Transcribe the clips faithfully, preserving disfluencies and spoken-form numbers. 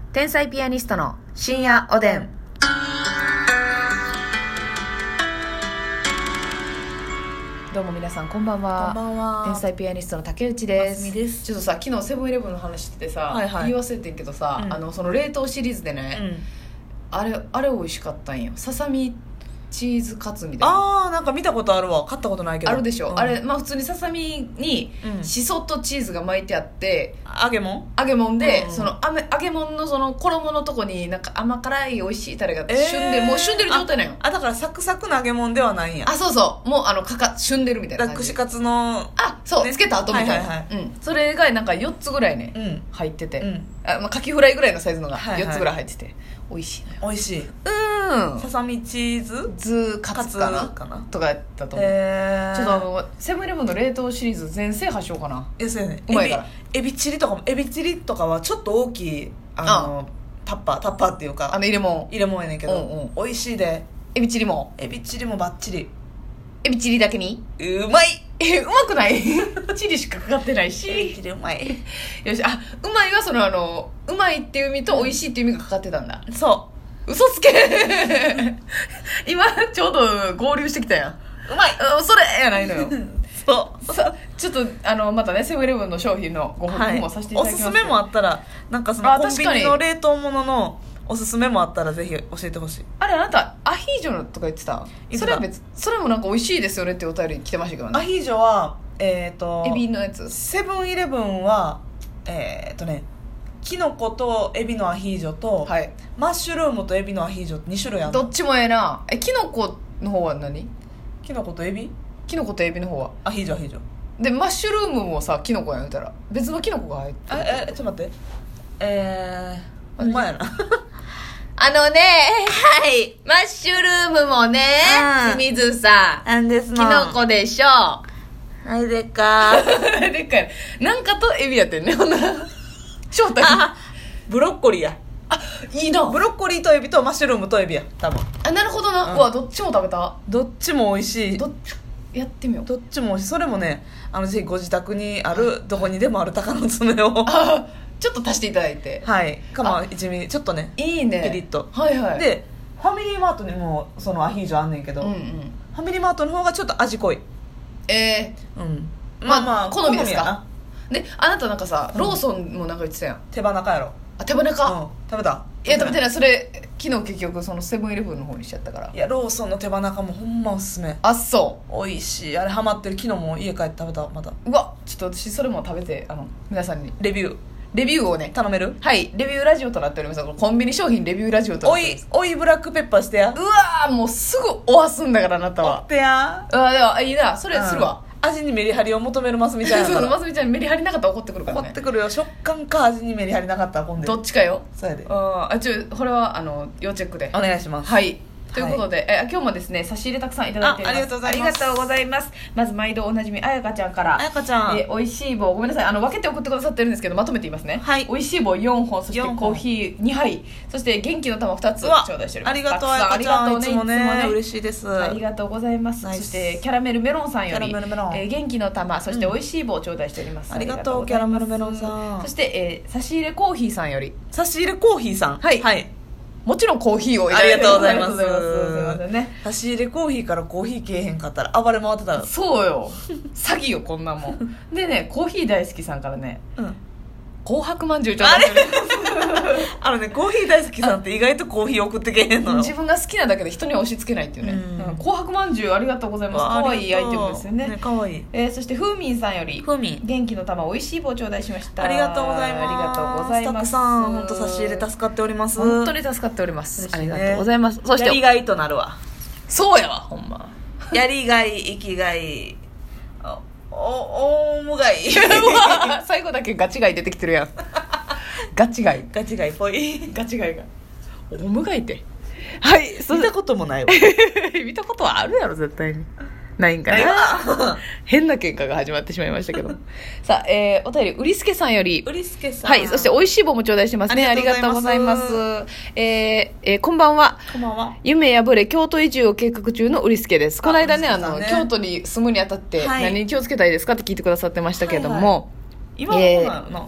天才ピアニストの深夜おでん。どうも皆さんこんばんは。 こんばんは。 天才ピアニストの竹内です。 ますみです。 ちょっとさ、昨日セブンイレブンの話しててさ、 はいはい、 言い忘れてんけどさ、うん、あのその冷凍シリーズでね、うん、あれあれ美味しかったんよ。ささみチーズカツみたいな。 あー、なんか見たことあるわ。買ったことないけど。 あるでしょ、 うん、 あれ、まあ普通にささみにしそとチーズが巻いてあって、 うん、揚げ物揚げ物で、 うん、 その揚げ物のその衣のとこになんか甘辛い美味しいタレが旬で、えー、もう旬でる状態なんよ。 あ、だからサクサクの揚げ物ではないんや。 あ、そうそう、もうあのかか旬でるみたいな感じ。 串カツのあ、そう、ね、つけた後みたいな、はいはいはい、うん、それがなんかよっつぐらいね、うん、入ってて、うん、あ、まあ、カキフライぐらいのサイズのがよっつぐらい入ってて、はいはい、美味しいのよ。 美味しい。 うん。 ささみチーズズカツかなかなとかやったと思う。 へー。 ちょっとあのセブンイレブンの冷凍シリーズ全制覇しようかな。 え、そうやね。 うまいからエビチリとかも、エビチリとかはちょっと大きいあのあタッパータッパーっていうか、 あの入れ物入れ物やねんけど、うんうん、美味しいで。 エビチリもエビチリもバッチリ。 エビチリだけにうまい。 え、うまくないチリしかかかってないし。 エビチリうまい。 よし、あ、うまいはそのあのうまいっていう意味と美味しいっていう意味がかかってたんだ。 そう、 嘘つけ今ちょうど合流してきたやん。 うまい、 それやないのよ。 そうさ、ちょっとあのまたねセブンイレブンの商品のご報告もさせていただきます、 はい、おすすめもあったら、なんかそのコンビニの冷凍物のおすすめもあったらぜひ教えてほしい。 あれ、あなたアヒージョのとか言ってた？それは別、それもなんか美味しいですよねってお便り来てましたけどね。 アヒージョはえっ、ー、とエビのやつ。 セブンイレブンはえっ、ー、とねキノコとエビのアヒージョと、はい、マッシュルームとエビのアヒージョに種類ある。 どっちもええな。え、キノコの方は何？ キノコとエビ？ キノコとエビの方はアヒージョアヒージョで、マッシュルームもさキノコやん言うたら別のキノコが入ってる。 ええ、ちょっと待って、えー、ほんまやなあのね、はい、マッシュルームもね、清水さん、 なんですのキノコでしょ。 はい、でっかーでっかい。なんかとエビやってんね、ほんなら正体ブロッコリーや。 あ、いいな。 ブロッコリーとエビとマッシュルームとエビや多分。 あ、なるほどな、うん、うわ、どっちも食べた。 どっちも美味しい。 どっちやってみよう。 どっちも美味しい。それもね、あのぜひご自宅にあるどこにでもある鷹の爪をあ、ちょっと足していただいて、 はいかまあいちミリちょっとね、 いいね、 ピリッと、 はいはい。 でファミリーマートにもそのアヒージョあんねんけど、うんうん、ファミリーマートの方がちょっと味濃い。 ええー、 うん、 まあまあ好みですか。で、あなたなんかさ、ローソンもなんか言ってたやん、うん、 手羽中やろ。 あ、手羽中、うん、 食べた？ いや食べてない。それ昨日結局そのセブンイレブンの方にしちゃったから。 いや、ローソンの手羽中もほんまおすすめ。 あ、そう、 美味しい。あれハマってる。昨日も家帰って食べた。またうわ、ちょっと私それも食べて、あの皆さんにレビューレビューをね頼める？ はい、レビューラジオとなっております。コンビニ商品レビューラジオとなっております。 おいおいブラックペッパーしてや。 うわー、もうすぐおわすんだからあなたは。 おってや。 うわ、でもいいな、それするわ、 うん、味にメリハリを求めるマスミちゃんやから。 そうマスミちゃんにメリハリなかったら怒ってくるからね。 怒ってくるよ。食感か味にメリハリなかったら今度どっちかよ。 そうやで。 ああ、ちょ、これはあの要チェックでお願いします。 はい、ということで、はい、え今日もですね差し入れたくさんいただいています。 あ、ありがとうございます。 ありがとうございます。まず毎度おなじみあやかちゃんから、 あやかちゃん、 えおいしい棒、ごめんなさい、あの分けて送ってくださってるんですけどまとめて言いますね。はい、おいしい棒よんほん、そしてコーヒーにはい、そして元気の玉ふたつ頂戴しております。 ありがとうあやかちゃん、いつもね、いつもね嬉しいです。 ありがとうございます。そしてキャラメルメロンさんよりキャラメルメロン、 えー、元気の玉、そしておいしい棒を頂戴しております、 うん、ありがとうキャラメルメロンさん。 そして、えー、差し入れコーヒーさんより、 差し入れコーヒーさん、はい、はい、 もちろんコーヒーをいただいて、ありがとうございます。 すいませんね。 差し入れコーヒーからコーヒーけえへんかったら暴れ回ってたら。 そうよ詐欺よこんなもんでね、コーヒー大好きさんからね、うん、紅白まんじゅうちょうだいしてるあのね、コーヒー大好きさんって意外とコーヒー送ってけへんのよ。 自分が好きなだけで人には押し付けないっていうね、うんうん、紅白まんじゅうありがとうございます。かわいいアイテムですよね。 ね、かわいい。 えー、そしてふーみんさんより、 ふーみん元気の玉おいしい棒頂戴しました。 ありがとうございます。 ありがとうございます。 たくさん本当差し入れ助かっております。 本当に助かっております、ね、ありがとうございます。 そしてやりがいとなるわ。 そうやわほんまやりがい、生きがい、おおむがい最後だけガチガイ出てきてるやんガチガイガチガイぽい。 ガチガイがおむがいて、はい、 見たこともないわ見たことはあるやろ絶対に。ないんかな変な喧嘩が始まってしまいましたけどさあ、えー、お便りうりすけさんより、 うりすけさん、 はい、そしておいしい棒も頂戴してますね。ありがとうございます。えーえー、こんばんは。 こんばんは。 夢破れ京都移住を計画中のうりすけです。この間ね、あの京都に住むにあたって、はい、何に気をつけたいですかって聞いてくださってましたけども、 はいはい、今はどうなの、えー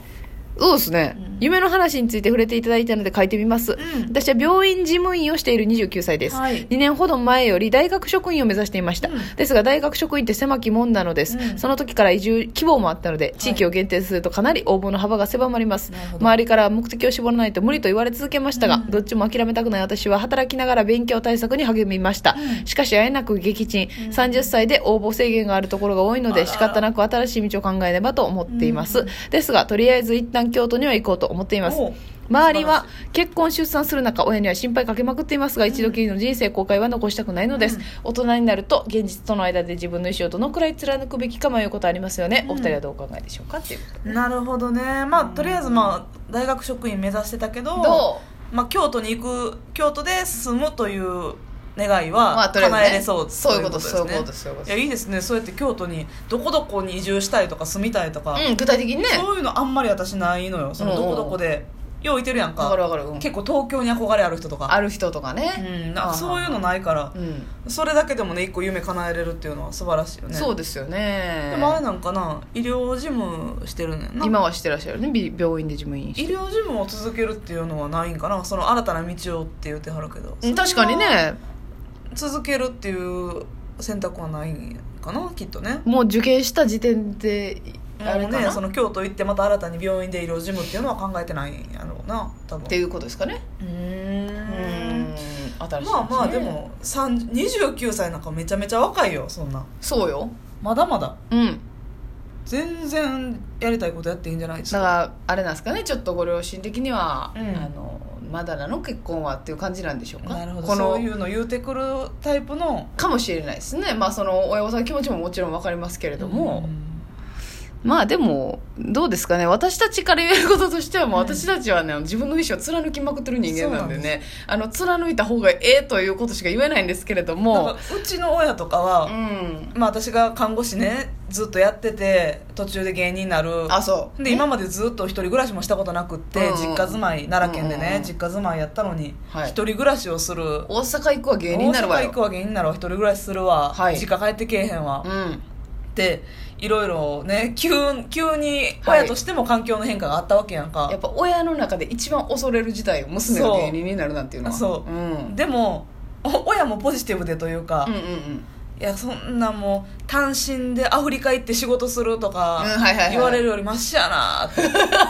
そうですね、うん、夢の話について触れていただいたので書いてみます、うん、私は病院事務員をしているにじゅうきゅうさいです、はい、にねんほど前より大学職員を目指していました、うん、ですが大学職員って狭き門なのです、うん、その時から移住希望もあったので地域を限定するとかなり応募の幅が狭まります、はい、周りから目的を絞らないと無理と言われ続けましたが、うん、どっちも諦めたくない私は働きながら勉強対策に励みました、うん、しかしあえなく撃沈、うん、さんじゅっさいで応募制限があるところが多いので仕方なく新しい道を考えねばと思っています、うん、ですがとりあえず一旦京都には行こうと思っています。周りは結婚出産する中親には心配かけまくっていますが、うん、一度きりの人生後悔は残したくないのです、うん、大人になると現実との間で自分の意思をどのくらい貫くべきか迷うことありますよね、うん、お二人はどうお考えでしょうかっていうこと、 なるほどね、まあ、とりあえず、まあ、大学職員目指してたけど、どう、まあ、京都に行く京都で住むという願いは叶えれそう、まあね、 そういうことですね。そういうことです。 いやいいですね。そうやって京都にどこどこに移住したいとか住みたいとか、 うん、具体的にね、 そういうのあんまり私ないのよ。そのどこどこでよういてるやんか。 わかるわかる、うん、 結構東京に憧れある人とかある人とかね、 うん、なんかそういうのないから、うん、それだけでもね一個夢叶えれるっていうのは素晴らしいよね。 そうですよね。 でもあれなんかな、医療事務してるんやな。 今はしてらっしゃるね、病院で事務員して。 医療事務を続けるっていうのはないんかな。その新たな道をって言ってはるけど、 確かにね、 続けるっていう選択はないんかな、きっとね。 もう受験した時点であれね、その京都行ってまた新たに病院で医療事務っていうのは考えてないんやろうな、多分っていうことですかね。 うーん、 うーん、新しい、ね、 まあまあでもにじゅうきゅうさいなんかめちゃめちゃ若いよ。そんな、 そうよ、 まだまだ、 うん、 全然やりたいことやっていいんじゃないですか。 だからあれなんですかね、ちょっとご両親的には、うん、あのまだなの結婚はっていう感じなんでしょうか。 なるほど、 このそういうの言うてくるタイプのかもしれないですね。まあその親御さんの気持ちももちろん分かりますけれども、うん、まあでもどうですかね、私たちから言えることとしてはもう私たちはね、うん、自分の意思を貫きまくってる人間なんでね、あの貫いた方がええということしか言えないんですけれども、 なんかうちの親とかは、うん、まあ私が看護師ねずっとやってて途中で芸人になる、 あ、そうで今までずっと一人暮らしもしたことなくって、うん、実家住まい奈良県でね、うんうん、実家住まいやったのに、はい、一人暮らしをする、 大阪行くわ芸人になるわよ、 大阪行くわ芸人になるわ、一人暮らしするわ、はい、実家帰ってけえへんわ、うん、っていろいろね、急、急に親としても環境の変化があったわけやんか、はい、 やっぱ親の中で一番恐れる事態を娘が芸人になるなんていうのはそう、うん、でも親もポジティブでというか、うんうんうん、いやそんなもう単身でアフリカ行って仕事するとか言われるよりマシやなって、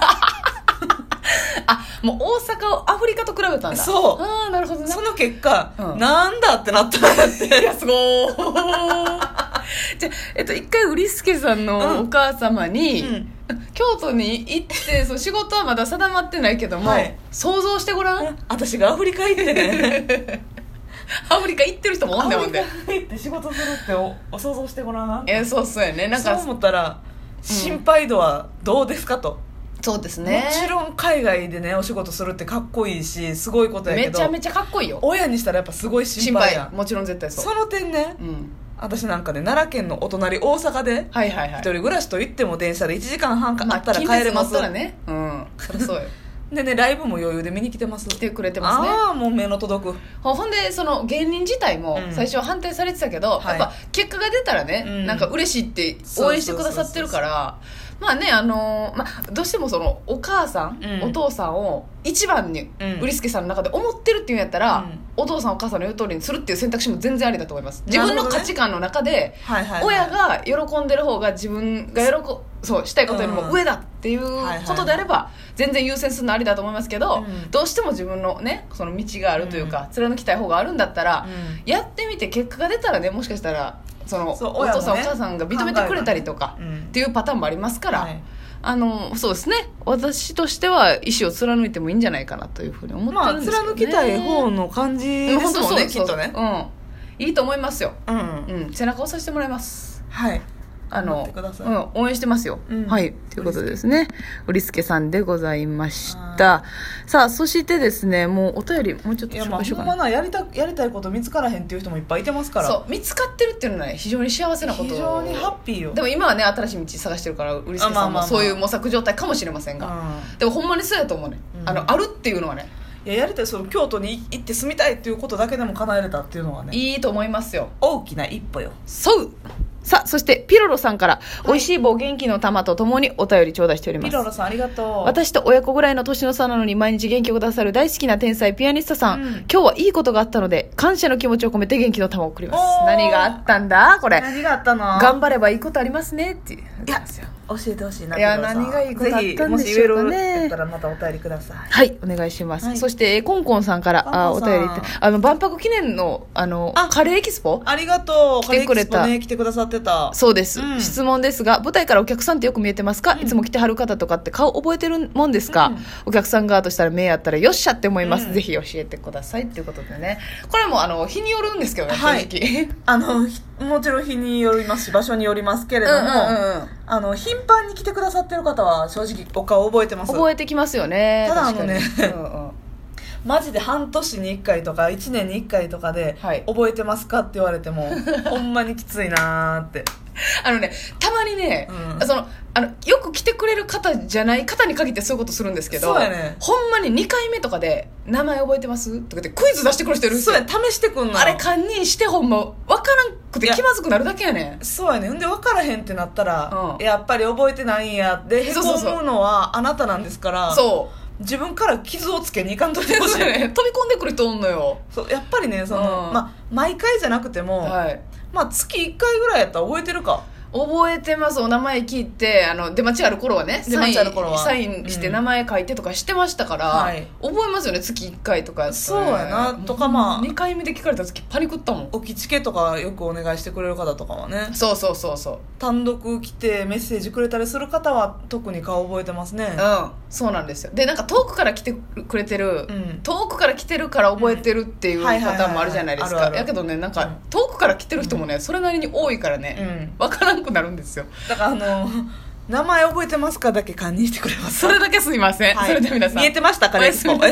あ、もう大阪をアフリカと比べたんだ。 そう、 あ、なるほどね。 その結果、うん、なんだってなったんやって。 いやすごーじゃあ、えっと、一回ウリスケさんのお母様に、うんうん、京都に行ってそう仕事はまだ定まってないけども、はい、想像してごらん。 私がアフリカ行ってねアフリカ行ってる人もおんねんもんで、 アフリカ行って仕事するっておお想像してごらん。 えー、そうそうやね。なんかそう思ったら心配度はどうですかと、 うん、そうですね。 もちろん海外でねお仕事するってかっこいいしすごいことやけど、 めちゃめちゃかっこいいよ。 親にしたらやっぱすごい心配やん。 心配、もちろん絶対そう。 その点ね、うん、私なんかね奈良県のお隣大阪で、はいはいはい、一人暮らしといっても電車でいちじかんはんかあったら帰れます、 まあ、近鉄乗ったらね、うん、そりゃそうよでね、ライブも余裕で見に来てます。 来てくれてますね。 ああ、もう目の届く。 ほんでその芸人自体も最初は反対されてたけど、うん、やっぱ結果が出たらね、はい、なんか嬉しいって応援してくださってるから、まあね、あのーまあ、どうしてもそのお母さん、うん、お父さんを一番にうりすけさんの中で思ってるっていうんやったら、うん、お父さんお母さんの言う通りにするっていう選択肢も全然ありだと思います。自分の価値観の中で、ね、はいはいはい、親が喜んでる方が自分が喜そうしたいことよりも上だっていうことであれば、全然優先するのありだと思いますけど、うん、どうしても自分のねその道があるというか、うん、貫きたい方があるんだったら、うん、やってみて結果が出たらね、もしかしたらそのそうお父さん、ね、お母さんが認めてくれたりとか、うん、っていうパターンもありますから、はい、あのそうですね、私としては意思を貫いてもいいんじゃないかなというふうに思ってるんですけどね。 まあ、貫きたい方の感じですもんね、きっとね。 うん、いいと思いますよ、うんうん、背中を押させてもらいます。はい、あの、うん、応援してますよ、うん、はいということでですね、うりすけさんでございました。さあそしてですね、もうお便りもうちょっと紹介しようかな。いや、まあ、ほんまなやりたやりたいこと見つからへんっていう人もいっぱいいてますから。そう見つかってるっていうのはね非常に幸せなこと、 非常にハッピーよ。 でも今はね新しい道探してるからうりすけさんもそういう模索状態かもしれませんが、まあまあまあ、でもほんまにそうやと思うね、うん、あのあるっていうのはね、 いややりたい、その京都に行って住みたいっていうことだけでも叶えれたっていうのはね、 いいと思いますよ。 大きな一歩よ。 そうさあ、そしてピロロさんから、はい、美味しい棒元気の玉とともにお便り頂戴しております。 ピロロさんありがとう。 私と親子ぐらいの年の差なのに毎日元気をくださる大好きな天才ピアニストさん、うん、今日はいいことがあったので感謝の気持ちを込めて元気の玉を送ります。何があったんだこれ。 何があったの。 頑張ればいいことありますねっていう。いや教えてほしいな。 いや何がいいことあったんでしょうかね。 やったらまたお便りください。 はいお願いします、はい、そしてコンコンさんからあお便りってあの万博記念のあのカレーエキスポありがとう。カレーエキスポね来てくださってた。 そうです、うん、質問ですが舞台からお客さんってよく見えてますか、うん、いつも来てはる方とかって顔覚えてるもんですか、うん、お客さん側としたら目やったらよっしゃって思います、うん、ぜひ教えてくださいっていうことでね。これもあの日によるんですけどね、 はい、正直あのもちろん日によりますし場所によりますけれども、うんうんうん、あの頻繁に来てくださってる方は正直お顔覚えてます。 覚えてきますよね。 ただあのね、うんうん、マジで半年にいっかいとかいちねんにいっかいとかで、はい、覚えてますかって言われてもほんまにきついなーってあのねたまにね、うん、そのあのよく来てくれる方じゃない方に限ってそういうことするんですけど、 そうやね、 ほんまににかいめとかで名前覚えてますとかってクイズ出してくる人いるんですよ。 そうや試してくんの。 あれ堪忍してほんま分からんくて気まずくなるだけやねん。 そうやねん。で分からへんってなったら、うん、やっぱり覚えてないんやでへこむのはあなたなんですから。そう自分から傷をつけにいかんといてほしい、 ね、飛び込んでくる人おんのよ。 そうやっぱりねその、うんまあ、毎回じゃなくても、はいまあ、月いっかいぐらいやったら覚えてるか。 覚えてます。お名前聞いてあの出待ちある頃はね出待ちある頃はサインして名前書いてとかしてましたから、うんはい、覚えますよね月いっかいとか、ね、 そうやなとかまあにかいめで聞かれた時パニクったもん。 置きチケとかよくお願いしてくれる方とかはね。 そうそうそうそう単独来てメッセージくれたりする方は特に顔覚えてますね。 うんそうなんですよ。でなんか遠くから来てくれてる、うん、遠くから来てるから覚えてるっていうパターンもあるじゃないですか。やけどねなんか、うん、遠くから来てる人もね、うん、それなりに多いからね、うん、分からんくなるんですよ。 だからあの名前覚えてますかだけ堪忍してくれます。 それだけすいません、はい、それで皆さん見えてましたかね。